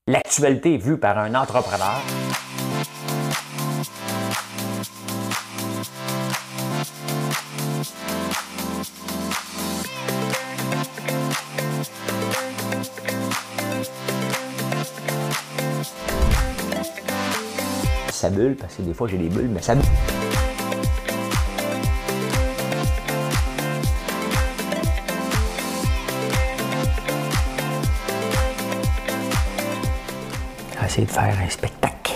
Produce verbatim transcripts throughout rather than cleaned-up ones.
l'actualité vue par un entrepreneur. Ça bulle, parce que des fois j'ai des bulles, mais ça bulle. On va essayer de faire un spectacle.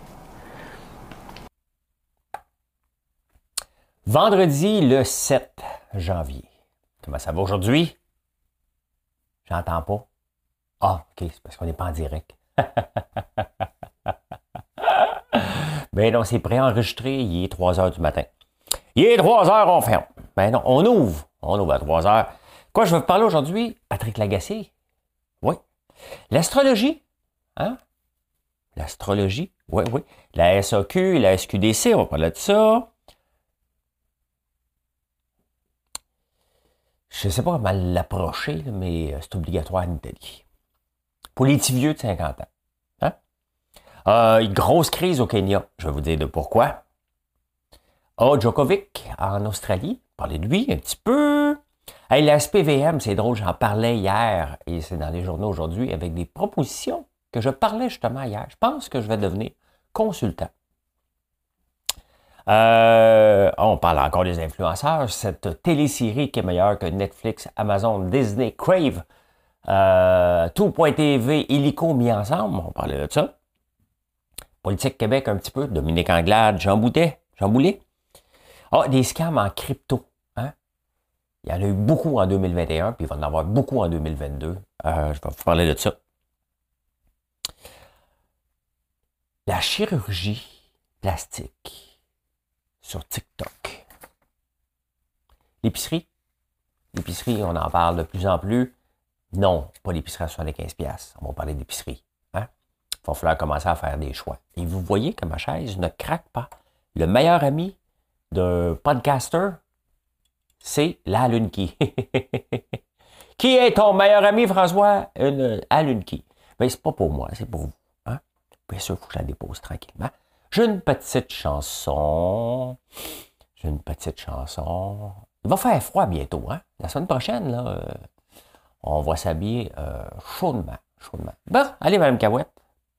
Vendredi le sept janvier. Comment ça va aujourd'hui? J'entends pas. Ah, ok, c'est parce qu'on n'est pas en direct. Ben non, c'est préenregistré, il est trois heures du matin. Il est trois heures, on ferme. Ben non, on ouvre. On ouvre à trois heures. Quoi, je vais vous parler aujourd'hui? Patrick Lagacé. Oui. L'astrologie. Hein? L'astrologie. Oui, oui. La S A Q, la S Q D C, on va parler de ça. Je ne sais pas comment l'approcher, mais c'est obligatoire en Italie. Pour les petits vieux de cinquante ans. Hein? Euh, une grosse crise au Kenya. Je vais vous dire de pourquoi. Ah, Djokovic en Australie. Parlez de lui un petit peu. Hey, la S P V M, c'est drôle, j'en parlais hier et c'est dans les journaux aujourd'hui avec des propositions que je parlais justement hier. Je pense que je vais devenir consultant. Euh, on parle encore des influenceurs. Cette télésérie qui est meilleure que Netflix, Amazon, Disney, Crave, euh, tout point T V, Illico mis ensemble. On parlait de ça. Politique Québec un petit peu. Dominique Anglade, Jean Boutet, Jean Boulet. Ah, des scams en crypto. Hein? Il y en a eu beaucoup en deux mille vingt et un, puis il va en avoir beaucoup en deux mille vingt-deux. Euh, je vais vous parler de ça. La chirurgie plastique sur TikTok. L'épicerie. L'épicerie, on en parle de plus en plus. Non, pas l'épicerie à soixante-quinze dollars. On va parler d'épicerie. Hein? Il va falloir commencer à faire des choix. Et vous voyez que ma chaise ne craque pas. Le meilleur ami d'un podcaster, c'est l'Alunki. Qui est ton meilleur ami, François? Une Alunki. Mais c'est pas pour moi, c'est pour vous. Hein? Bien sûr, il faut que je la dépose tranquillement. J'ai une petite chanson. J'ai une petite chanson. Il va faire froid bientôt. Hein? La semaine prochaine, là, euh, on va s'habiller euh, chaudement, chaudement. Bon, allez, Mme Cahouette.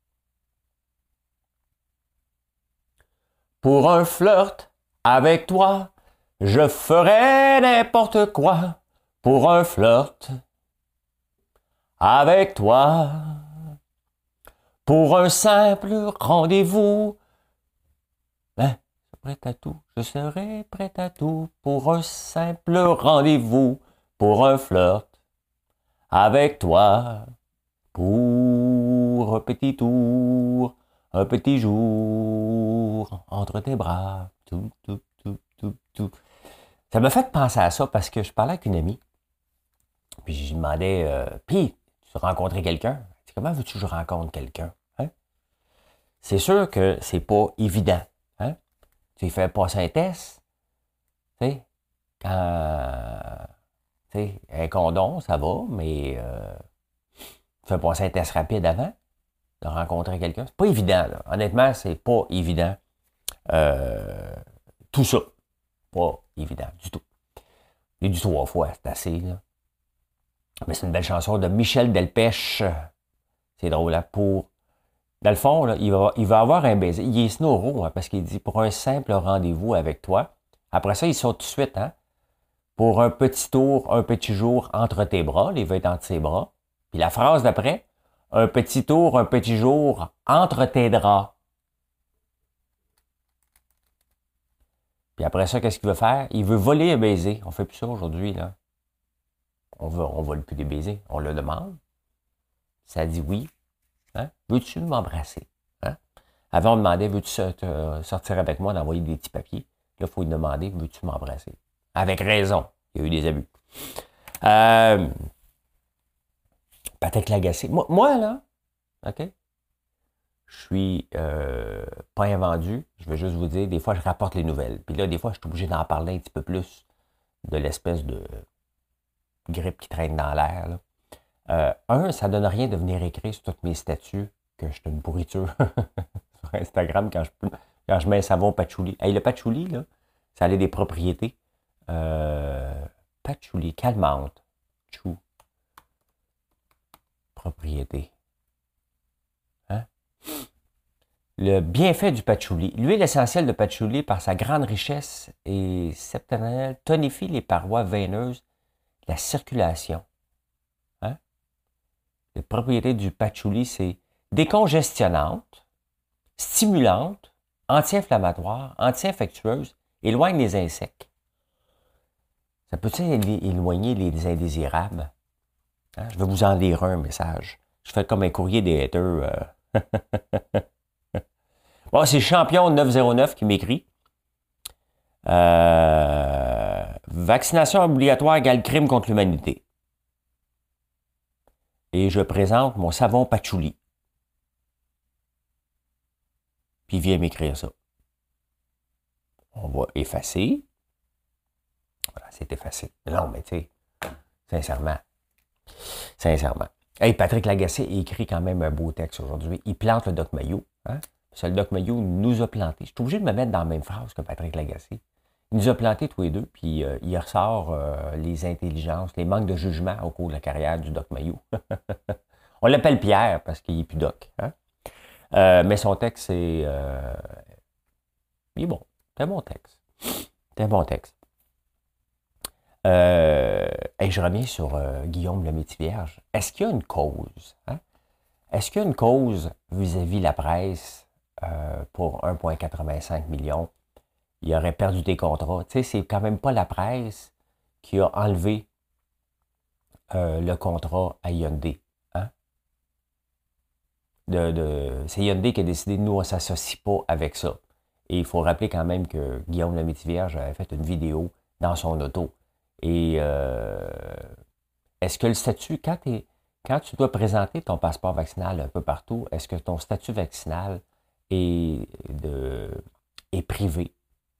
Pour un flirt avec toi, je ferai n'importe quoi. Pour un flirt avec toi. Pour un simple rendez-vous. Hein, prêt à tout. Je serai prêt à tout. Pour un simple rendez-vous. Pour un flirt avec toi. Pour un petit tour. Un petit jour. Entre tes bras. Tout, tout, tout, tout, tout. Ça m'a fait penser à ça parce que je parlais avec une amie. Puis je lui demandais, euh, puis, tu as rencontré quelqu'un? Comment veux-tu que je rencontre quelqu'un? Hein? C'est sûr que c'est pas évident. Hein? Tu lui fais passer un test. Tu sais, quand, tu sais, un condom, ça va, mais euh, tu fais passer un test rapide avant de rencontrer quelqu'un. C'est pas évident, là. Honnêtement, c'est pas évident. Euh, tout ça. Pas évident du tout. Et du trois fois, c'est assez, là. Mais c'est une belle chanson de Michel Delpech. C'est drôle, là, pour... Dans le fond, là, il, va, il va avoir un baiser. Il est snoro, hein, parce qu'il dit, pour un simple rendez-vous avec toi. Après ça, il saute tout de suite, hein. Pour un petit tour, un petit jour entre tes bras. Il va être entre ses bras. Puis la phrase d'après, un petit tour, un petit jour entre tes draps. Puis après ça, qu'est-ce qu'il veut faire? Il veut voler un baiser. On fait plus ça aujourd'hui, là. On veut, on vole plus des baisers. On le demande. Ça dit oui. Hein? Veux-tu m'embrasser? Hein? Avant, on demandait, veux-tu sortir avec moi, d'envoyer des petits papiers? Là, il faut lui demander, veux-tu m'embrasser? Avec raison. Il y a eu des abus. Euh, Patrick Lagacé. Moi, moi, là, OK? Je suis euh, pas invendu. Je vais juste vous dire, des fois, je rapporte les nouvelles. Puis là, des fois, je suis obligé d'en parler un petit peu plus de l'espèce de grippe qui traîne dans l'air. Euh, un, ça donne rien de venir écrire sur tous mes statuts que je suis une pourriture sur Instagram quand je, quand je mets un savon patchouli. Hey, le patchouli, là, ça a des propriétés. Euh, patchouli, calmante. Chou. Propriété. Hein? Le bienfait du patchouli. L'huile essentielle de patchouli, par sa grande richesse et septentrionale, tonifie les parois veineuses, la circulation. Hein? Les propriétés du patchouli, c'est décongestionnante, stimulante, anti-inflammatoire, anti-infectieuse, éloigne les insectes. Ça peut-tu éloigner les indésirables? Hein? Je vais vous en lire un message. Je fais comme un courrier des haters. Euh... bon, c'est Champion neuf zéro neuf qui m'écrit. Euh... Vaccination obligatoire égale crime contre l'humanité. Et je présente mon savon patchouli. Puis il vient m'écrire ça. On va effacer. Voilà, c'est effacé. Non, mais tu sais, sincèrement, sincèrement. Hey, Patrick Lagacé écrit quand même un beau texte aujourd'hui. Il plante le Doc Mayou. Hein? Le Doc Mayou nous a planté. Je suis obligé de me mettre dans la même phrase que Patrick Lagacé. Il nous a plantés tous les deux, puis euh, il ressort euh, les intelligences, les manques de jugement au cours de la carrière du Doc Mayou. On l'appelle Pierre parce qu'il n'est plus Doc. Hein? Euh, mais son texte, c'est... Euh, il est bon. C'est un bon texte. C'est un bon texte. Euh, et je reviens sur euh, Guillaume le Métivierge. Est-ce qu'il y a une cause? Hein? Est-ce qu'il y a une cause vis-à-vis la presse euh, pour un virgule quatre-vingt-cinq million? Il aurait perdu des contrats. Tu sais, c'est quand même pas la presse qui a enlevé euh, le contrat à Hyundai. Hein? De, de, c'est Hyundai qui a décidé, nous, on ne s'associe pas avec ça. Et il faut rappeler quand même que Guillaume le Métivierge avait fait une vidéo dans son auto. Et euh, est-ce que le statut, quand, quand tu dois présenter ton passeport vaccinal un peu partout, est-ce que ton statut vaccinal est, de, est privé?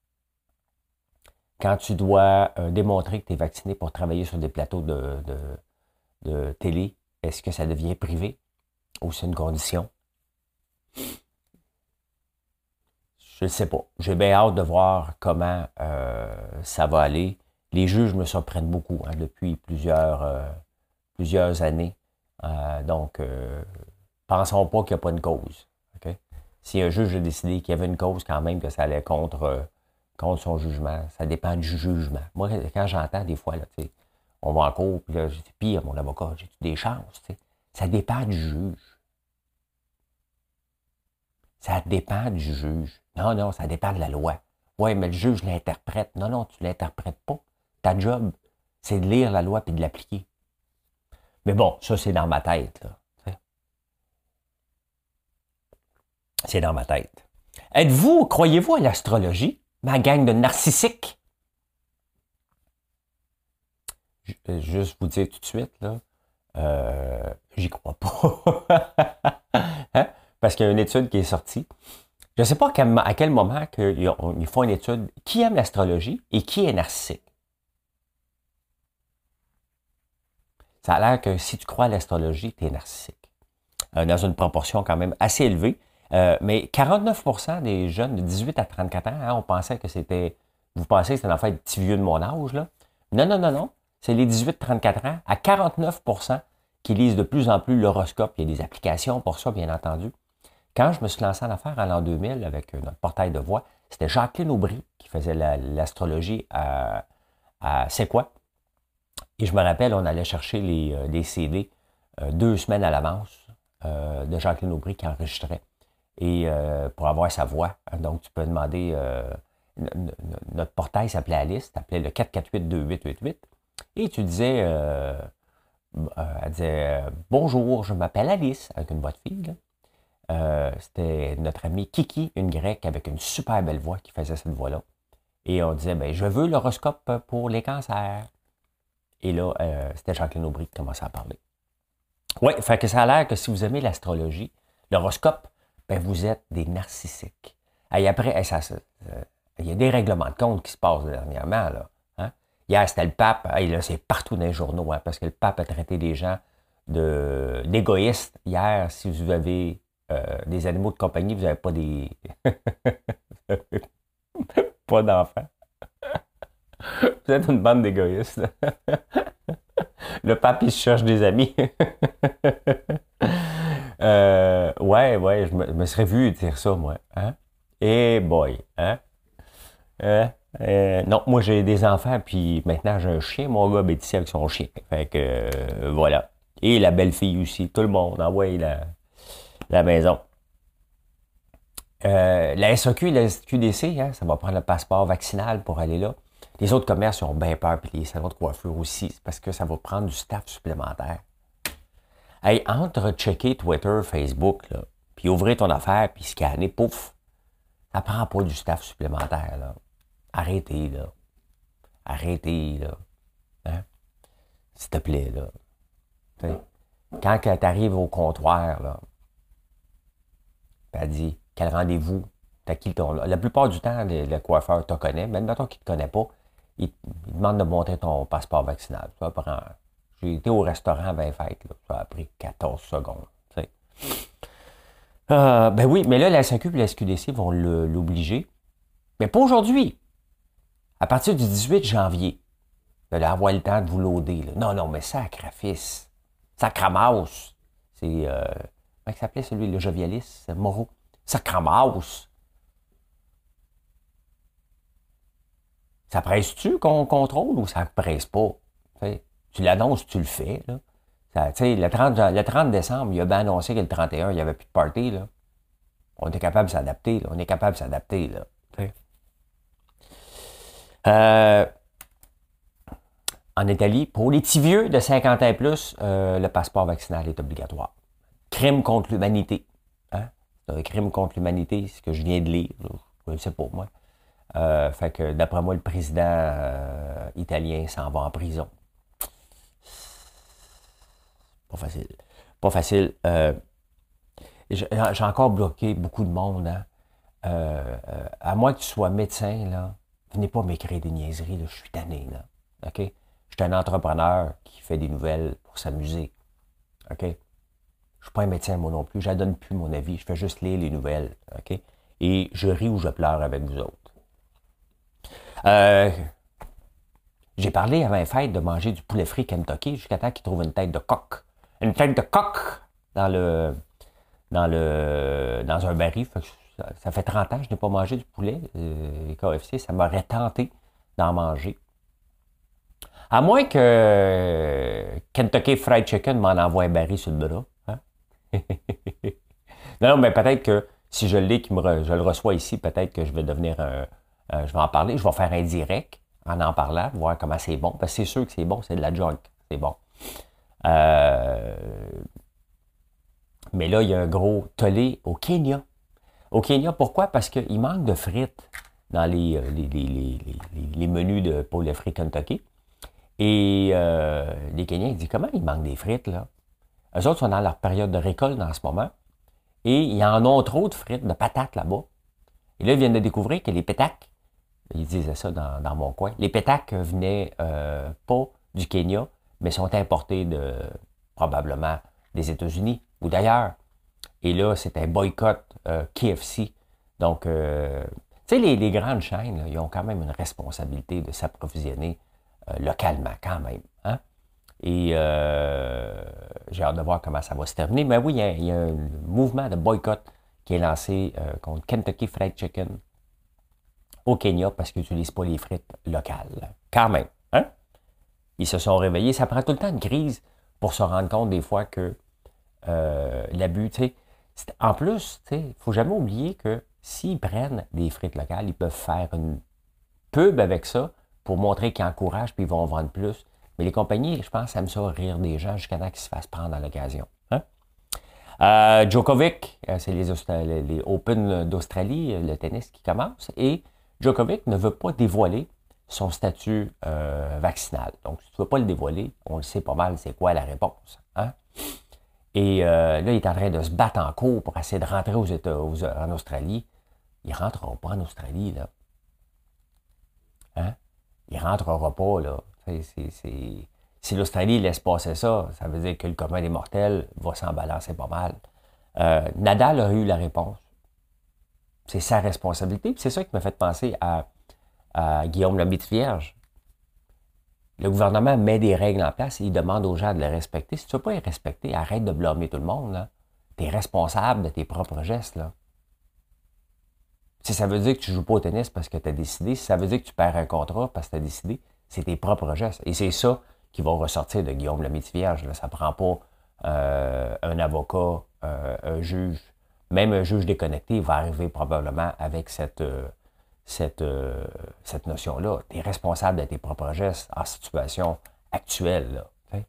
Quand tu dois euh, démontrer que tu es vacciné pour travailler sur des plateaux de, de, de télé, est-ce que ça devient privé ou c'est une condition? Je ne sais pas. J'ai bien hâte de voir comment euh, ça va aller. Les juges me surprennent beaucoup hein, depuis plusieurs, euh, plusieurs années. Euh, donc, euh, pensons pas qu'il n'y a pas une cause. Okay? Si un juge a décidé qu'il y avait une cause quand même, que ça allait contre, euh, contre son jugement, ça dépend du jugement. Moi, quand j'entends des fois, là, on va en cours, puis là, je dis, pire, mon avocat, j'ai des chances. T'sais. Ça dépend du juge. Ça dépend du juge. Non, non, ça dépend de la loi. Oui, mais le juge l'interprète. Non, non, tu ne l'interprètes pas. Ta job, c'est de lire la loi et de l'appliquer. Mais bon, ça, c'est dans ma tête. Là. C'est dans ma tête. Êtes-vous, croyez-vous à l'astrologie, ma gang de narcissiques? Je vais juste vous dire tout de suite, là, euh, j'y crois pas. hein? Parce qu'il y a une étude qui est sortie. Je ne sais pas à quel moment ils font une étude qui aime l'astrologie et qui est narcissique. Ça a l'air que si tu crois à l'astrologie, tu es narcissique. Euh, dans une proportion quand même assez élevée. Euh, mais quarante-neuf pour cent des jeunes de dix-huit à trente-quatre ans, hein, on pensait que c'était... Vous pensez que c'était en fait des petits vieux de mon âge, là? Non, non, non, non. C'est les dix-huit à trente-quatre ans, à quarante-neuf pour cent qui lisent de plus en plus l'horoscope. Il y a des applications pour ça, bien entendu. Quand je me suis lancé en affaires en l'an deux mille avec notre portail de voix, c'était Jacqueline Aubry qui faisait la, l'astrologie à, à C'est quoi? Et je me rappelle, on allait chercher les, les C D euh, deux semaines à l'avance euh, de Jacqueline Aubry qui enregistrait. Et euh, pour avoir sa voix, donc tu peux demander, euh, notre portail s'appelait Alice, t'appelais le quatre quatre huit deux huit huit huit, et tu disais, euh, euh, elle disait, bonjour, je m'appelle Alice, avec une voix de fille, là. Euh, c'était notre amie Kiki, une grecque avec une super belle voix qui faisait cette voix-là. Et on disait, ben, je veux l'horoscope pour les cancers. Et là, euh, c'était Jacqueline Aubry qui commençait à parler. Oui, fait que ça a l'air que si vous aimez l'astrologie, l'horoscope, ben, vous êtes des narcissiques. Et après, ça, ça, euh, il y a des règlements de compte qui se passent dernièrement, là. Hein? Hier, c'était le pape. Et là, c'est partout dans les journaux, hein, parce que le pape a traité des gens de, d'égoïstes. Hier, si vous avez euh, des animaux de compagnie, vous n'avez pas des... pas d'enfants. Vous êtes une bande d'égoïstes. Le pape, il se cherche des amis. euh, ouais, ouais, je me, je me serais vu dire ça, moi. Hein? Eh boy, hein? Euh, euh, non, moi j'ai des enfants, puis maintenant j'ai un chien. Mon gars habite ici avec son chien. Fait que euh, voilà. Et la belle-fille aussi. Tout le monde envoie la, la maison. Euh, la S A Q et la S Q D C, hein, ça va prendre le passeport vaccinal pour aller là. Les autres commerces ils ont bien peur, puis les salons de coiffure aussi, c'est parce que ça va prendre du staff supplémentaire. Hey, entre checker Twitter, Facebook, là, puis ouvrir ton affaire, puis scanner, pouf, ça prend pas du staff supplémentaire, là. Arrêtez, là. Arrêtez, là. Hein? S'il te plaît, là. T'sais, quand tu arrives au comptoir, là, elle dit, quel rendez-vous? T'as qui ton... La plupart du temps, le, le coiffeur te connaît, même mettons qu'il ne te connaît pas, il, il demande de montrer ton passeport vaccinal. Ça prend... J'ai été au restaurant à vingt fêtes, là. Ça a pris quatorze secondes. Euh, ben oui, mais là, la S A Q et la S Q D C vont l'obliger. Mais pas aujourd'hui. À partir du dix-huit janvier, de avoir le temps de vous loader. Là. Non, non, mais sacrifice. Sacramaus. C'est... Euh, comment il s'appelait celui, le jovialiste? Moreau. Sacramaus. Ça presse-tu qu'on contrôle ou ça presse pas? T'sais, tu l'annonces, tu le fais. Là. Ça, le, trente, le trente décembre, il a bien annoncé que le trente et un, il n'y avait plus de party. Là. On est capable de s'adapter. Là. On est capable de s'adapter. Là. Euh, en Italie, pour les petits vieux de cinquante ans et plus, euh, le passeport vaccinal est obligatoire. Crime contre l'humanité. Hein? C'est un crime contre l'humanité, ce que je viens de lire. Je ne sais pas, moi. Euh, fait que, d'après moi, le président euh, italien s'en va en prison. Pas facile. Pas facile. Euh, j'ai encore bloqué beaucoup de monde. Hein? Euh, euh, à moins que tu sois médecin, là, venez pas m'écrire des niaiseries, là, je suis tanné. Là. OK? Je suis un entrepreneur qui fait des nouvelles pour s'amuser. OK? Je suis pas un médecin, moi non plus. Je ne donne plus mon avis. Je fais juste lire les nouvelles. OK? Et je ris ou je pleure avec vous autres. Euh, j'ai parlé avant les fêtes de manger du poulet frit Kentucky jusqu'à temps qu'ils trouvent une tête de coq. Une tête de coq dans le dans le dans un baril. Fait que ça, ça fait trente ans que je n'ai pas mangé du poulet. Euh, K F C, ça m'aurait tenté d'en manger. À moins que Kentucky Fried Chicken m'en envoie un baril sur le bras. Hein? non, non, mais peut-être que si je l'ai, que je le reçois ici, peut-être que je vais devenir un... Euh, je vais en parler. Je vais faire un direct en en parlant, voir comment c'est bon. Parce que c'est sûr que c'est bon, c'est de la junk. C'est bon. Euh... Mais là, il y a un gros tollé au Kenya. Au Kenya, pourquoi? Parce qu'il manque de frites dans les, les, les, les, les, les menus de poulet frit Kentucky. Et euh, les Kenyans, ils disent, comment il manque des frites, là? Eux autres sont dans leur période de récolte en ce moment. Et ils en ont trop de frites, de patates là-bas. Et là, ils viennent de découvrir que les pétacs, ils disaient ça dans, dans mon coin, les pétacs venaient euh, pas du Kenya, mais sont importés de probablement des États-Unis ou d'ailleurs. Et là, c'est un boycott euh, K F C. Donc, euh, tu sais, les, les grandes chaînes, là, ils ont quand même une responsabilité de s'approvisionner euh, localement, quand même. Hein? Et euh, j'ai hâte de voir comment ça va se terminer. Mais oui, il y a, il y a un mouvement de boycott qui est lancé euh, contre Kentucky Fried Chicken au Kenya parce qu'ils n'utilisent pas les frites locales. Quand même. Hein? Ils se sont réveillés. Ça prend tout le temps une crise pour se rendre compte des fois que euh, l'abus, tu sais, en plus, il ne faut jamais oublier que s'ils prennent des frites locales, ils peuvent faire une pub avec ça pour montrer qu'ils encouragent puis ils vont vendre plus. Mais les compagnies, je pense, aiment ça rire des gens jusqu'à temps qu'ils se fassent prendre à l'occasion. Hein? Euh, Djokovic, c'est les, les, les Open d'Australie, le tennis qui commence, et Djokovic ne veut pas dévoiler son statut euh, vaccinal. Donc, si tu ne veux pas le dévoiler, on le sait pas mal, c'est quoi la réponse. Hein? Et euh, là, il est en train de se battre en cours pour essayer de rentrer aux États, aux, en Australie. Il ne rentrera pas en Australie, là. Hein? Il ne rentrera pas, là. C'est, c'est, c'est... Si l'Australie laisse passer ça, ça veut dire que le commun des mortels va s'en balancer pas mal. Euh, Nadal a eu la réponse. C'est sa responsabilité. C'est ça qui m'a fait penser à, à Guillaume Lemaitre-Vierge. Le gouvernement met des règles en place et il demande aux gens de les respecter. Si tu ne veux pas les respecter, arrête de blâmer tout le monde. Tu es responsable de tes propres gestes. Là. Si ça veut dire que tu ne joues pas au tennis parce que tu as décidé, si ça veut dire que tu perds un contrat parce que tu as décidé, c'est tes propres gestes. Et c'est ça qui va ressortir de Guillaume Lemaitre-Vierge. Là. Ça ne prend pas euh, un avocat, euh, un juge. Même un juge déconnecté va arriver probablement avec cette, euh, cette, euh, cette notion-là. Tu es responsable de tes propres gestes en situation actuelle. Là, okay?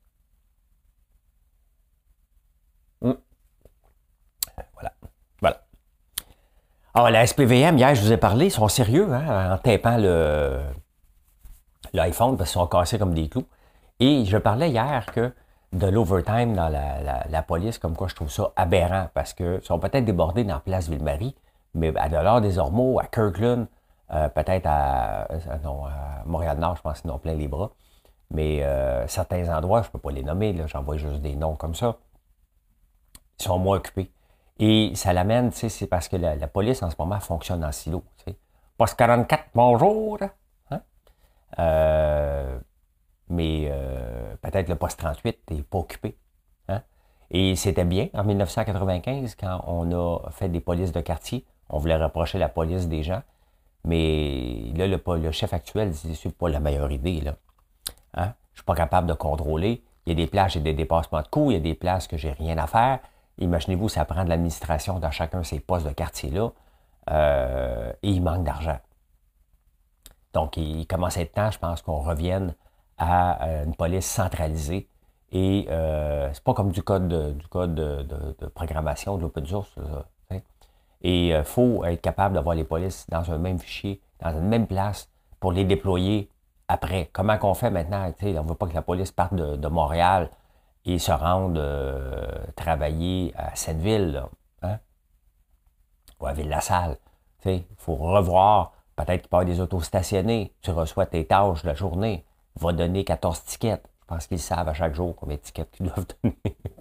hum. Voilà. Voilà. Alors, la S P V M, hier, je vous ai parlé, ils sont sérieux hein, en tapant le, l'iPhone parce qu'ils sont cassés comme des clous. Et je parlais hier que de l'overtime dans la, la, la police, comme quoi je trouve ça aberrant parce qu'ils sont peut-être débordés dans Place Ville-Marie, mais à Dollard des Ormeaux, à Kirkland, euh, peut-être à, non, à Montréal-Nord, je pense qu'ils ont plein les bras. Mais euh, certains endroits, je ne peux pas les nommer, là, j'envoie juste des noms comme ça, ils sont moins occupés. Et ça l'amène, tu sais, c'est parce que la, la police en ce moment fonctionne en silo. Tu sais. Poste quarante-quatre, bonjour. Hein? Euh, mais euh, peut-être le poste trente-huit n'est pas occupé. Hein? Et c'était bien en dix-neuf cent quatre-vingt-quinze, quand on a fait des polices de quartier, on voulait rapprocher la police des gens. Mais là, le, le chef actuel dit c'est pas la meilleure idée. Là. Hein? Je ne suis pas capable de contrôler. Il y a des places, j'ai des dépassements de coûts, il y a des places que j'ai rien à faire. Imaginez-vous, ça prend de l'administration dans chacun de ces postes de quartier-là. Euh, et il manque d'argent. Donc, il commence à être temps, je pense, qu'on revienne à une police centralisée. Et euh, c'est pas comme du code de, du code de, de, de programmation, de l'open source. Ça, et il euh, faut être capable d'avoir les polices dans un même fichier, dans une même place, pour les déployer après. Comment qu'on fait maintenant? On ne veut pas que la police parte de, de Montréal et se rende euh, travailler à Seine-Ville, là, hein? Ou à Ville-la-Salle. Il faut revoir, peut-être qu'il peut y avoir des autos stationnées, tu reçois tes tâches de la journée, va donner quatorze tickets. Je pense qu'ils savent à chaque jour combien de tickets qu'ils doivent donner.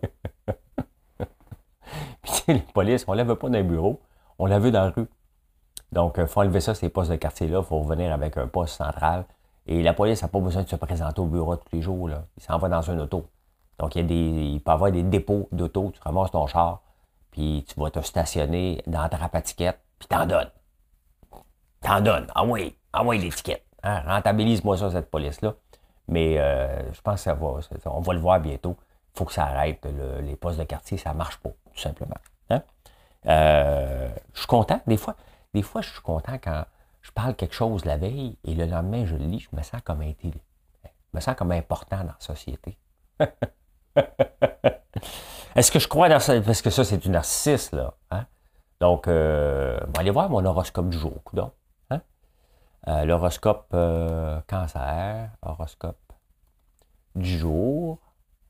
Puis tu sais, les polices, on ne lève pas dans les bureaux, on l'a vu dans la rue. Donc, il faut enlever ça, ces postes de quartier-là, il faut revenir avec un poste central. Et la police n'a pas besoin de se présenter au bureau tous les jours, là. Il s'en va dans un auto. Donc, il, y a des, il peut y avoir des dépôts d'auto, tu ramasses ton char, puis tu vas te stationner dans ta trappe à tickets, puis t'en donnes. T'en donnes. Ah oui, ah oui, les tickets. Hein? Rentabilise-moi ça, cette police-là. Mais euh, je pense que ça va, ça, on va le voir bientôt. Il faut que ça arrête. Le, les postes de quartier, ça ne marche pas, tout simplement. Hein? Euh, je suis content. Des fois, des fois, je suis content quand je parle quelque chose la veille et le lendemain, je le lis, je me sens comme intelligent. Je me sens comme important dans la société. Est-ce que je crois dans ça? Parce que ça, c'est du narcissisme, là. Hein? Donc, euh, on va aller voir mon horoscope du jour, coudonc. Hein? Euh, l'horoscope euh, cancer, horoscope du jour.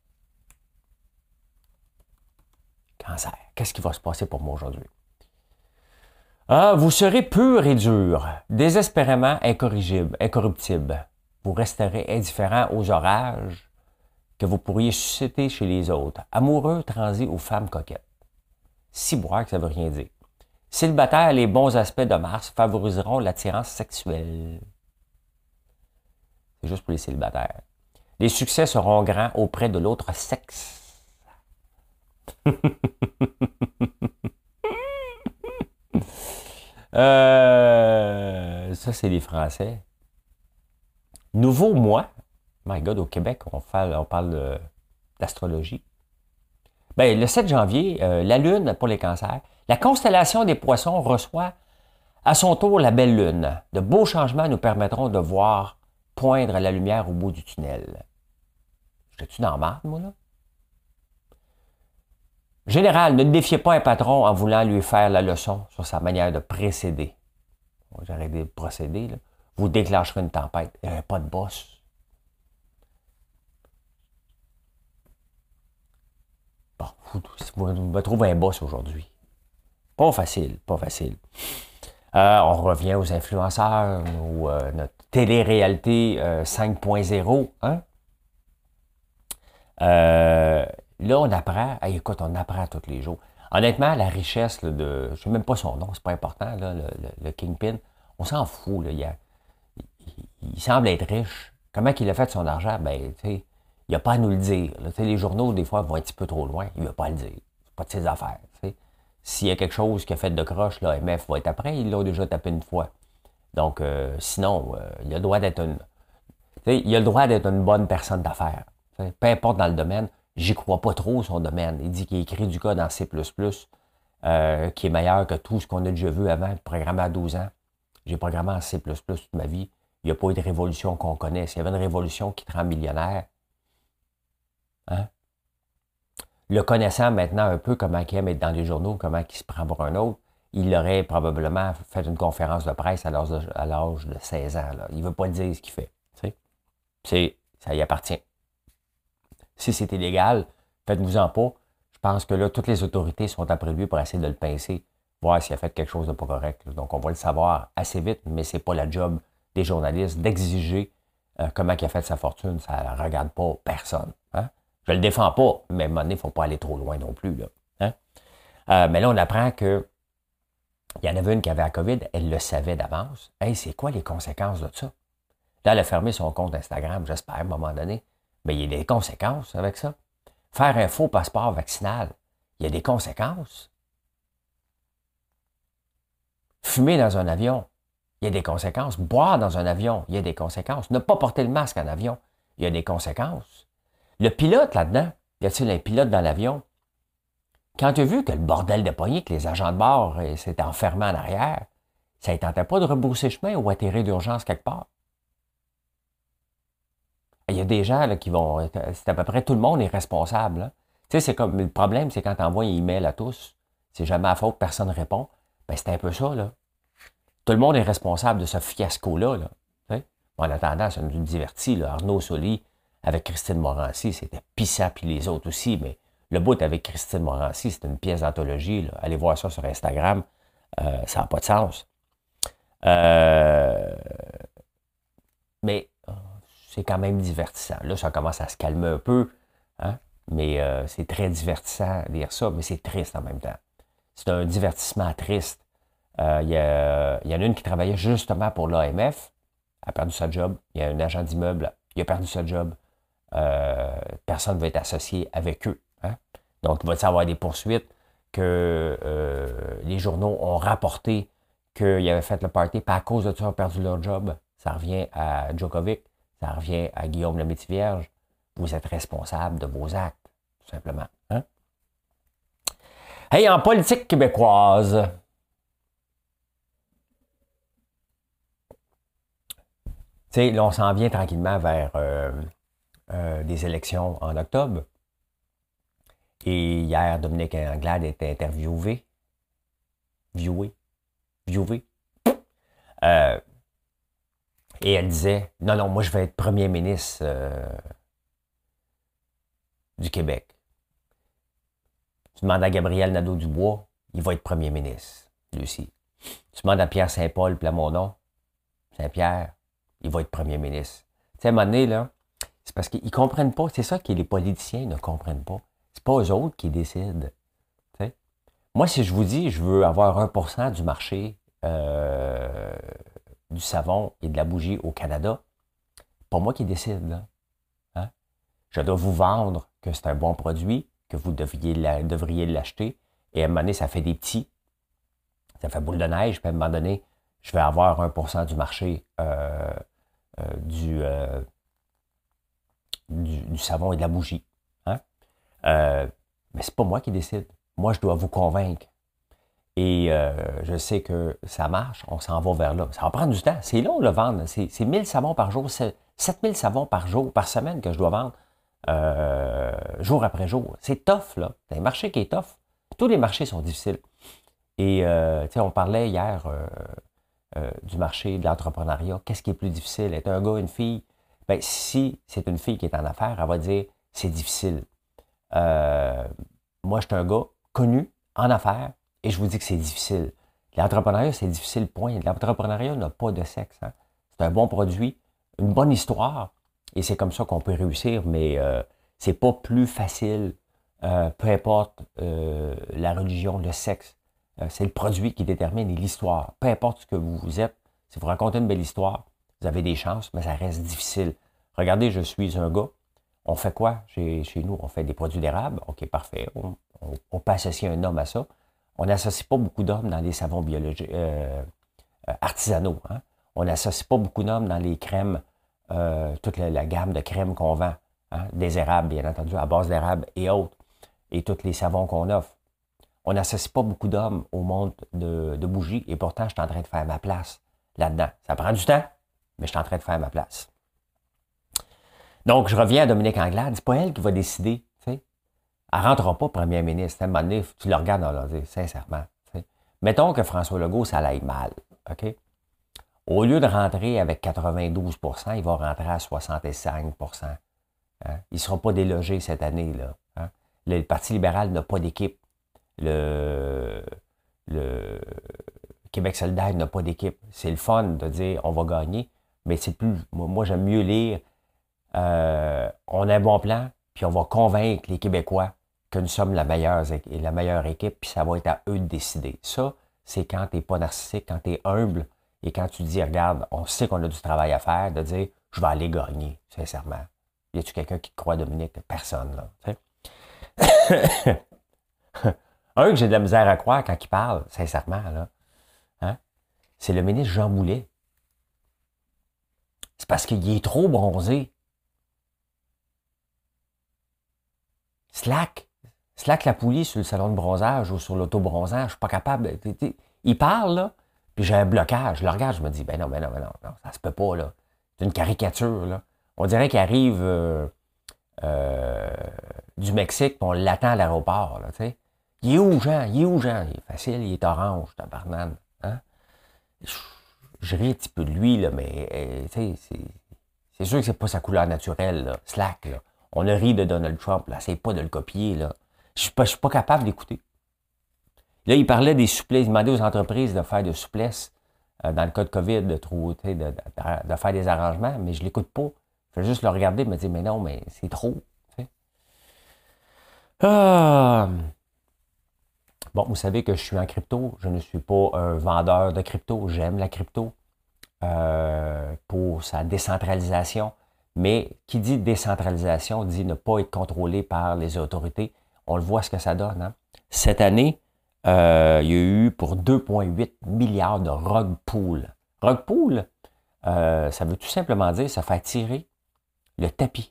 Cancer. Qu'est-ce qui va se passer pour moi aujourd'hui? Ah, vous serez pur et dur, désespérément incorrigible, incorruptible. Vous resterez indifférent aux orages que vous pourriez susciter chez les autres. Amoureux, transi ou femme coquette. Ciboire, que ça veut rien dire. Célibataire, les bons aspects de Mars favoriseront l'attirance sexuelle. C'est juste pour les célibataires. Les succès seront grands auprès de l'autre sexe. euh, ça, c'est les Français. Nouveau mois. My God, au Québec, on, fait, on parle d'astrologie. Ben, le sept janvier, euh, la Lune, pour les cancers, la constellation des poissons reçoit à son tour la belle Lune. De beaux changements nous permettront de voir poindre la lumière au bout du tunnel. J'étais-tu dans la marde, moi, là? Général, ne défiez pas un patron en voulant lui faire la leçon sur sa manière de précéder. J'arrête de procéder, là. Vous déclencherez une tempête. Il n'y avait pas de boss. Bon, vous, vous me trouvez un boss aujourd'hui. Pas facile, pas facile. Euh, on revient aux influenceurs, ou euh, notre télé-réalité euh, cinq point zéro. Hein? Euh, là, on apprend, hey, écoute, on apprend tous les jours. Honnêtement, la richesse là, de... Je ne sais même pas son nom, c'est pas important, là, le, le, le Kingpin. On s'en fout. Là, il, a, il, il semble être riche. Comment il a fait son argent? Ben, tu sais, il n'a pas à nous le dire. Là. Les journaux, des fois, vont un petit peu trop loin. Il ne veut pas le dire. C'est pas de ses affaires. T'sais. S'il y a quelque chose qui a fait de croche, l'A M F va être après. Ils l'ont déjà tapé une fois. Donc, euh, sinon, euh, il a le droit d'être une... Il a le droit d'être une bonne personne d'affaires. Peu importe dans le domaine. J'y crois pas trop, son domaine. Il dit qu'il écrit du code en C plus plus, euh, qui est meilleur que tout ce qu'on a déjà vu avant, programmé à douze ans. J'ai programmé en C plus plus toute ma vie. Il n'y a pas eu de révolution qu'on connaît. S'il y avait une révolution qui te rend millionnaire, hein? Le connaissant maintenant un peu comment il aime être dans les journaux, comment il se prend pour un autre, il aurait probablement fait une conférence de presse à l'âge de, à l'âge de seize ans. Là. Il ne veut pas dire ce qu'il fait. C'est, ça y appartient. Si c'est illégal, faites-vous-en pas. Je pense que là, toutes les autorités sont après lui pour essayer de le pincer, voir s'il a fait quelque chose de pas correct. Donc, on va le savoir assez vite, mais c'est pas la job des journalistes d'exiger euh, comment il a fait sa fortune. Ça ne regarde pas personne. Hein? Je le défends pas, mais à un moment donné, il ne faut pas aller trop loin non plus. Là. Hein? Euh, mais là, on apprend que il y en avait une qui avait la COVID, elle le savait d'avance. Hey, c'est quoi les conséquences de ça? Là, elle a fermé son compte Instagram, j'espère, à un moment donné. Mais il y a des conséquences avec ça. Faire un faux passeport vaccinal, il y a des conséquences. Fumer dans un avion, il y a des conséquences. Boire dans un avion, il y a des conséquences. Ne pas porter le masque en avion, il y a des conséquences. Le pilote là-dedans, y a-t-il un pilote dans l'avion? Quand tu as vu que le bordel de poignée, que les agents de bord eh, s'étaient enfermés en arrière, ça ne tentait pas de rebrousser chemin ou atterrir d'urgence quelque part. Il y a des gens là, qui vont... C'est à peu près tout le monde est responsable. Hein. Tu sais, c'est comme... Le problème, c'est quand tu envoies un email à tous, c'est jamais à faute, personne ne répond. Ben, c'est un peu ça, là. Tout le monde est responsable de ce fiasco-là. Là. Tu sais? En attendant, ça nous divertit. Là. Arnaud Soli, avec Christine Morancy, c'était pissant, puis les autres aussi, mais le bout avec Christine Morancy, c'est une pièce d'anthologie. Là. Allez voir ça sur Instagram. Euh, ça n'a pas de sens. Euh... Mais... c'est quand même divertissant. Là, ça commence à se calmer un peu, hein? Mais euh, c'est très divertissant de lire ça, mais c'est triste en même temps. C'est un divertissement triste. Euh, Il y, y en a une qui travaillait justement pour l'A M F, elle a perdu sa job. Il y a un agent d'immeuble, il a perdu sa job. Euh, personne ne va être associé avec eux. Hein? Donc, il va y avoir des poursuites que euh, les journaux ont rapporté qu'ils avaient fait le party, puis à cause de ça, ils ont perdu leur job. Ça revient à Djokovic. Ça revient à Guillaume le Métis-Vierge. Vous êtes responsable de vos actes, tout simplement. Hein? Hey, en politique québécoise, tu sais, là, on s'en vient tranquillement vers euh, euh, des élections en octobre. Et hier, Dominique Anglade était interviewé. Viewé. Viewé. Euh, Et elle disait, non, non, moi je vais être premier ministre euh, du Québec. Tu demandes à Gabriel Nadeau-Dubois, il va être premier ministre, lui aussi. Tu demandes à Pierre Saint-Paul Plamondon, Saint-Pierre, il va être premier ministre. Tu sais, à un moment donné, là, c'est parce qu'ils ne comprennent pas, c'est ça que les politiciens ne comprennent pas. C'est pas eux autres qui décident. T'sais. Moi, si je vous dis, je veux avoir un pour cent du marché euh, du savon et de la bougie au Canada, pas moi qui décide, là. Hein? Je dois vous vendre que c'est un bon produit, que vous devriez, la, devriez l'acheter, et à un moment donné, ça fait des petits, ça fait boule de neige, puis à un moment donné, je vais avoir un pour cent du marché euh, euh, du, euh, du, du savon et de la bougie. Hein? Euh, mais c'est pas moi qui décide. Moi, je dois vous convaincre. Et euh, je sais que ça marche, on s'en va vers là. Ça va prendre du temps. C'est long, le vendre. C'est, c'est mille savons par jour, c'est sept mille savons par jour, par semaine que je dois vendre, euh, jour après jour. C'est tough, là. C'est un marché qui est tough. Tous les marchés sont difficiles. Et, euh, tu sais, on parlait hier euh, euh, du marché de l'entrepreneuriat. Qu'est-ce qui est plus difficile? Être un gars, une fille? Bien, si c'est une fille qui est en affaires, elle va dire, c'est difficile. Euh, moi, je suis un gars connu, en affaires, et je vous dis que c'est difficile. L'entrepreneuriat, c'est difficile, point. L'entrepreneuriat n'a pas de sexe. Hein? C'est un bon produit, une bonne histoire, et c'est comme ça qu'on peut réussir, mais euh, c'est pas plus facile euh, peu importe euh, la religion, le sexe, euh, c'est le produit qui détermine l'histoire. Peu importe ce que vous, vous êtes, si vous racontez une belle histoire, vous avez des chances, mais ça reste difficile. Regardez, je suis un gars, on fait quoi chez, chez nous? On fait des produits d'érable, ok, parfait, on, on, on peut associer un homme à ça. On n'associe pas beaucoup d'hommes dans les savons biologiques, euh, euh, artisanaux. Hein? On n'associe pas beaucoup d'hommes dans les crèmes, euh, toute la, la gamme de crèmes qu'on vend, hein? Des érables, bien entendu, à base d'érable et autres, et tous les savons qu'on offre. On n'associe pas beaucoup d'hommes au monde de, de bougies, et pourtant, je suis en train de faire ma place là-dedans. Ça prend du temps, mais je suis en train de faire ma place. Donc, je reviens à Dominique Anglade, c'est pas elle qui va décider, tu sais. Elle ne rentrera pas première ministre. À un moment donné, tu le regardes dans l'ordi, sincèrement. T'sais. Mettons que François Legault, ça l'aille mal, OK? Au lieu de rentrer avec quatre-vingt-douze pour cent, il va rentrer à soixante-cinq pour cent. Hein? Il ne sera pas délogé cette année, là. Hein? Le Parti libéral n'a pas d'équipe. Le, le Québec solidaire n'a pas d'équipe. C'est le fun de dire on va gagner, mais c'est plus. Moi, j'aime mieux lire euh, on a un bon plan, puis on va convaincre les Québécois que nous sommes la meilleure, la meilleure équipe, puis ça va être à eux de décider. Ça, c'est quand tu n'es pas narcissique, quand tu es humble, et quand tu dis, regarde, on sait qu'on a du travail à faire, de dire, je vais aller gagner, sincèrement. Y a-tu quelqu'un qui te croit, Dominique? Personne, là. Un que j'ai de la misère à croire quand il parle, sincèrement, là, hein, c'est le ministre Jean Boulet. C'est parce qu'il est trop bronzé. Slack. Slack la poulie sur le salon de bronzage ou sur l'auto-bronzage. Je suis pas capable. T'sais, t'sais, il parle, là, puis j'ai un blocage. Je le regarde, je me dis, ben non, ben non, ben non, non ça se peut pas, là. C'est une caricature, là. On dirait qu'il arrive euh, euh, du Mexique, puis on l'attend à l'aéroport, là, tu sais. Il est où, Jean? Il est où, Jean? Il est facile, il est orange, tabarnane. Hein? Je, je ris un petit peu de lui, là, mais, euh, tu sais, c'est, c'est sûr que c'est pas sa couleur naturelle, là. Slack, là. On a ri de Donald Trump, là. C'est pas de le copier, là. Je suis pas, je suis pas capable d'écouter. Là, il parlait des souplesses. Il demandait aux entreprises de faire de souplesse euh, dans le cas de COVID, de, trouver, de, de, de, de faire des arrangements, mais je l'écoute pas. Je vais juste le regarder et me dire, mais non, mais c'est trop. T'sais. Ah. Bon, vous savez que je suis en crypto. Je ne suis pas un vendeur de crypto. J'aime la crypto euh, pour sa décentralisation. Mais qui dit décentralisation dit ne pas être contrôlé par les autorités. On le voit ce que ça donne. Hein? Cette année, euh, il y a eu pour deux virgule huit milliards de rug pool. Rug pool, euh, ça veut tout simplement dire ça fait tirer le tapis.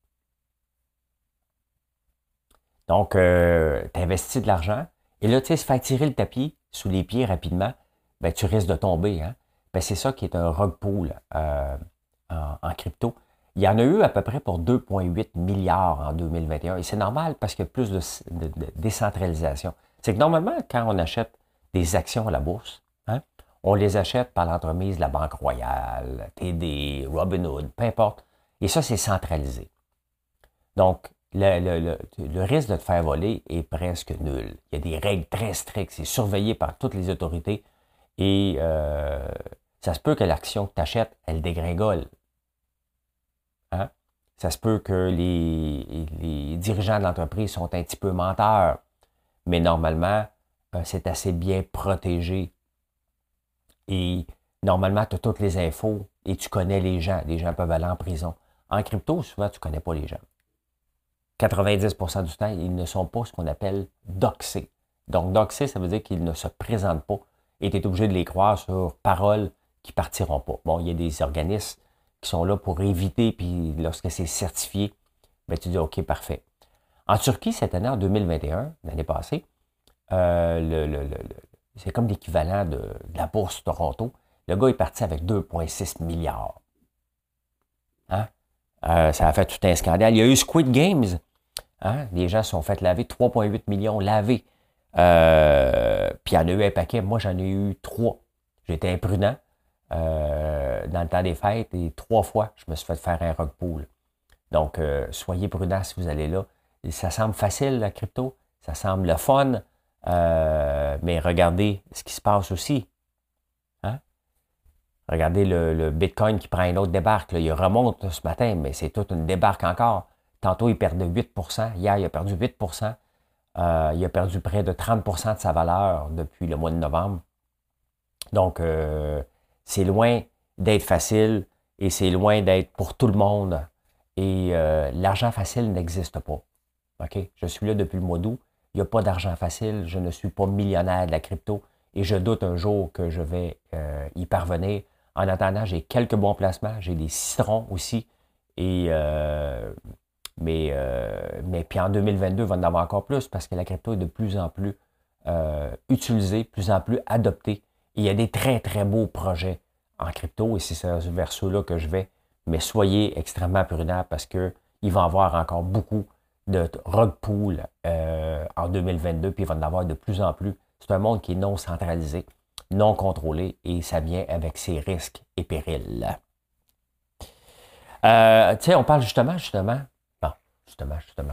Donc, euh, tu investis de l'argent et là, tu sais, se faire tirer le tapis sous les pieds rapidement, ben, tu risques de tomber. Hein? Ben, c'est ça qui est un rug pool euh, en, en crypto. Il y en a eu à peu près pour deux virgule huit milliards en deux mille vingt et un. Et c'est normal parce qu'il y a plus de, de, de décentralisation. C'est que normalement, quand on achète des actions à la bourse, hein, on les achète par l'entremise de la Banque Royale, T D, Robinhood, peu importe. Et ça, c'est centralisé. Donc, le, le, le, le risque de te faire voler est presque nul. Il y a des règles très strictes. C'est surveillé par toutes les autorités. Et euh, ça se peut que l'action que tu achètes, elle dégringole. Hein? Ça se peut que les, les dirigeants de l'entreprise sont un petit peu menteurs, mais normalement, euh, c'est assez bien protégé. Et normalement, tu as toutes les infos et tu connais les gens. Les gens peuvent aller en prison. En crypto, souvent, tu ne connais pas les gens. quatre-vingt-dix pour cent du temps, ils ne sont pas ce qu'on appelle doxés. Donc, doxés, ça veut dire qu'ils ne se présentent pas et tu es obligé de les croire sur parole qui ne partiront pas. Bon, il y a des organismes qui sont là pour éviter, puis lorsque c'est certifié, ben tu dis OK, parfait. En Turquie, cette année, en deux mille vingt et un, l'année passée, euh, le, le, le, le, c'est comme l'équivalent de, de la bourse Toronto. Le gars est parti avec deux virgule six milliards. Hein? Euh, ça a fait tout un scandale. Il y a eu Squid Games. Hein? Les gens se sont fait laver trois virgule huit millions lavés. Euh, puis il y en a eu un paquet. Moi, j'en ai eu trois. J'étais imprudent. Euh, dans le temps des fêtes et trois fois, je me suis fait faire un rug pool. Donc, euh, soyez prudents si vous allez là. Ça semble facile, la crypto. Ça semble le fun. Euh, mais regardez ce qui se passe aussi. Hein? Regardez le, le Bitcoin qui prend une autre débarque. Là. Il remonte ce matin, mais c'est toute une débarque encore. Tantôt, il perdait huit pour cent. Hier, il a perdu huit pour cent. Euh, il a perdu près de trente pour cent de sa valeur depuis le mois de novembre. Donc, euh, c'est loin d'être facile et c'est loin d'être pour tout le monde. Et euh, l'argent facile n'existe pas. OK? Je suis là depuis le mois d'août. Il n'y a pas d'argent facile. Je ne suis pas millionnaire de la crypto et je doute un jour que je vais euh, y parvenir. En attendant, j'ai quelques bons placements. J'ai des citrons aussi. Et euh, mais, euh, mais puis en deux mille vingt-deux, il va en avoir encore plus parce que la crypto est de plus en plus euh, utilisée, de plus en plus adoptée. Et il y a des très, très beaux projets en crypto et c'est vers ceux-là que je vais. Mais soyez extrêmement prudents parce qu'il va y avoir encore beaucoup de rug pool euh, en deux mille vingt-deux, puis il va en avoir de plus en plus. C'est un monde qui est non centralisé, non contrôlé, et ça vient avec ses risques et périls. Euh, tu sais, on parle justement, justement, bon, justement, justement,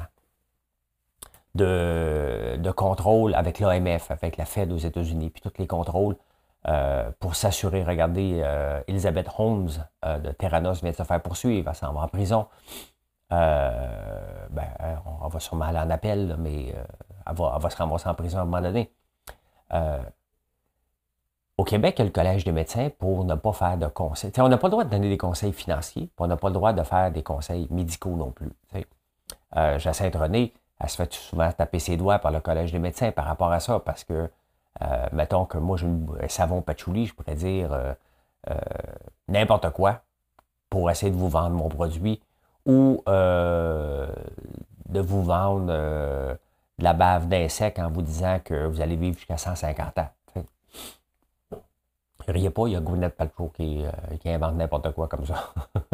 de, de contrôle avec l'A M F, avec la Fed aux États-Unis, puis tous les contrôles euh, pour s'assurer. Regardez, euh, Elizabeth Holmes euh, de Theranos vient de se faire poursuivre, elle s'en va en prison. Euh, ben, on va sûrement aller en appel, là, mais euh, elle, va, elle va se ramasser en prison à un moment donné. Euh, au Québec, il y a le Collège des médecins pour ne pas faire de conseils. T'sais, on n'a pas le droit de donner des conseils financiers, puis on n'a pas le droit de faire des conseils médicaux non plus. Euh, Jacinthe René, elle se fait souvent taper ses doigts par le Collège des médecins par rapport à ça, parce que, euh, mettons que moi, j'ai un savon patchouli, je pourrais dire euh, euh, n'importe quoi pour essayer de vous vendre mon produit, ou euh, de vous vendre euh, de la bave d'insectes en vous disant que vous allez vivre jusqu'à cent cinquante ans. T'sais. Riez pas, il y a Gwyneth Paltrow qui, euh, qui invente n'importe quoi comme ça.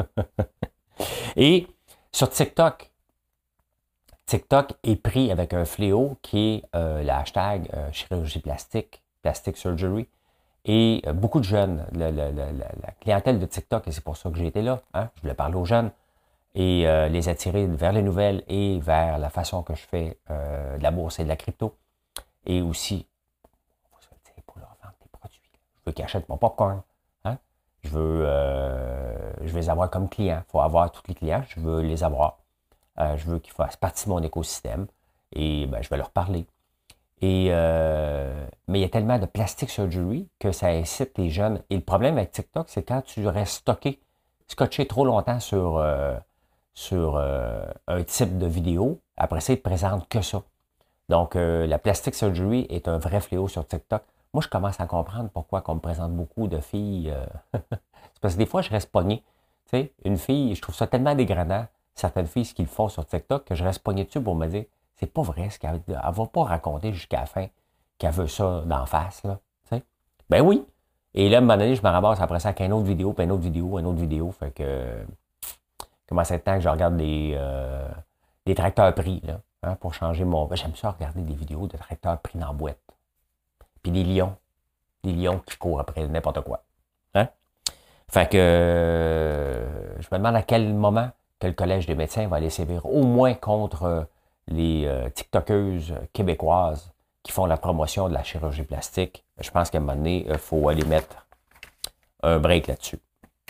Et sur TikTok, TikTok est pris avec un fléau qui est euh, le hashtag euh, chirurgie plastique, plastic surgery. Et euh, beaucoup de jeunes, le, le, le, la clientèle de TikTok, et c'est pour ça que j'ai été là, hein, je voulais parler aux jeunes, et euh, les attirer vers les nouvelles et vers la façon que je fais euh, de la bourse et de la crypto. Et aussi, pour leur vendre des produits. Je veux qu'ils achètent mon popcorn. Hein? Je veux euh, je veux les avoir comme clients. Il faut avoir tous les clients. Je veux les avoir. Euh, je veux qu'ils fassent partie de mon écosystème. Et ben, je vais leur parler. Et euh, mais il y a tellement de plastic surgery que ça incite les jeunes. Et le problème avec TikTok, c'est quand tu restes stocké, scotché trop longtemps sur, euh, sur euh, un type de vidéo, après ça, ils ne te présentent que ça. Donc, euh, la plastic surgery est un vrai fléau sur TikTok. Moi, je commence à comprendre pourquoi on me présente beaucoup de filles. Euh... c'est parce que des fois, je reste pogné. Tu sais, une fille, je trouve ça tellement dégradant, certaines filles, ce qu'ils font sur TikTok, que je reste pogné dessus pour me dire, c'est pas vrai ce qu'elle elle va pas raconter jusqu'à la fin qu'elle veut ça d'en face, là. Tu sais? Ben oui. Et là, à un moment donné, je me ramasse après ça avec une autre vidéo, puis une autre vidéo, une autre vidéo. Fait que, comment c'est le temps que je regarde des, euh, des tracteurs pris, là. Hein, pour changer mon... J'aime ça regarder des vidéos de tracteurs pris dans la boîte. Puis des lions. Des lions qui courent après n'importe quoi. Hein? Fait que euh, je me demande à quel moment que le Collège des médecins va aller sévir au moins contre euh, les euh, TikTokeuses québécoises qui font la promotion de la chirurgie plastique. Je pense qu'à un moment donné, il faut aller mettre un break là-dessus.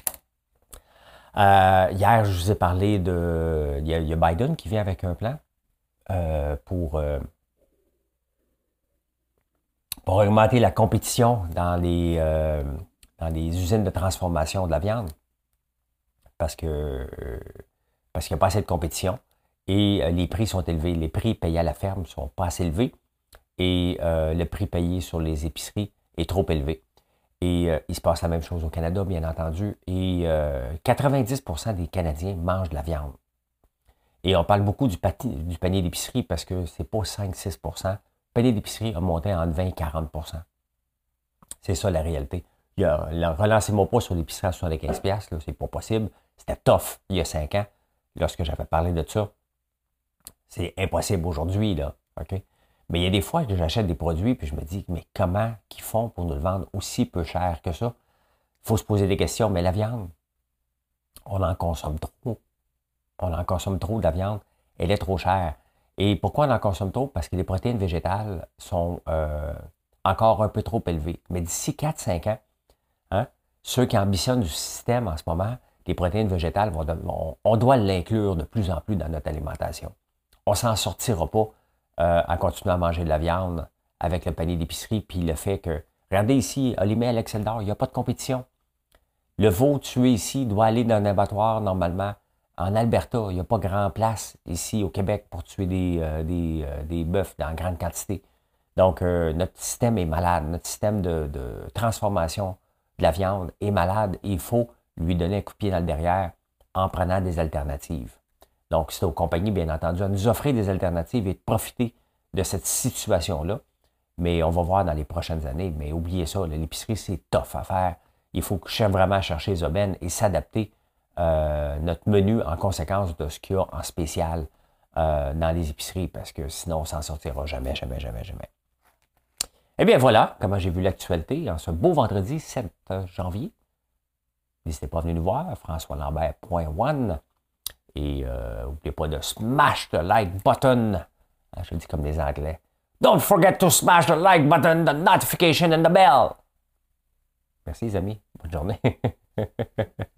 Euh, hier, je vous ai parlé de... Il y, a, il y a Biden qui vient avec un plan. Euh, pour, euh, pour augmenter la compétition dans les, euh, dans les usines de transformation de la viande. Parce que euh, parce qu'il n'y a pas assez de compétition et euh, les prix sont élevés. Les prix payés à la ferme ne sont pas assez élevés et euh, le prix payé sur les épiceries est trop élevé. Et euh, il se passe la même chose au Canada, bien entendu. Et euh, quatre-vingt-dix pour cent des Canadiens mangent de la viande. Et on parle beaucoup du, pati, du panier d'épicerie parce que c'est pas cinq à six pour cent. Le panier d'épicerie a monté entre vingt et quarante pour cent. C'est ça la réalité. Relancez-moi pas sur l'épicerie à soixante-quinze dollars, là, c'est pas possible. C'était tough il y a cinq ans, lorsque j'avais parlé de ça. C'est impossible aujourd'hui, là. OK? Mais il y a des fois que j'achète des produits puis je me dis, mais comment qu'ils font pour nous le vendre aussi peu cher que ça? Il faut se poser des questions. Mais la viande, on en consomme trop. On en consomme trop de la viande, elle est trop chère. Et pourquoi on en consomme trop? Parce que les protéines végétales sont euh, encore un peu trop élevées. Mais d'ici quatre à cinq ans, hein, ceux qui ambitionnent du système en ce moment, les protéines végétales, vont, on, on doit l'inclure de plus en plus dans notre alimentation. On ne s'en sortira pas euh, en continuant à manger de la viande avec le panier d'épicerie, puis le fait que, regardez ici, Olimé à l'Excel d'or, il n'y a pas de compétition. Le veau tué ici doit aller dans un abattoir normalement. En Alberta, il n'y a pas grand place ici au Québec pour tuer des, euh, des, euh, des bœufs dans grande quantité. Donc, euh, notre système est malade. Notre système de, de transformation de la viande est malade et il faut lui donner un coup de pied dans le derrière en prenant des alternatives. Donc, c'est aux compagnies, bien entendu, à nous offrir des alternatives et de profiter de cette situation-là. Mais on va voir dans les prochaines années. Mais oubliez ça, l'épicerie, c'est tough à faire. Il faut vraiment chercher les aubaines et s'adapter euh, notre menu en conséquence de ce qu'il y a en spécial euh, dans les épiceries, parce que sinon, on s'en sortira jamais, jamais, jamais, jamais. Eh bien, voilà comment j'ai vu l'actualité en ce beau vendredi sept janvier. N'hésitez pas à venir nous voir, françois lambert point one. Et euh, n'oubliez pas de smash the like button. Je le dis comme des Anglais. Don't forget to smash the like button, the notification and the bell. Merci les amis. Bonne journée.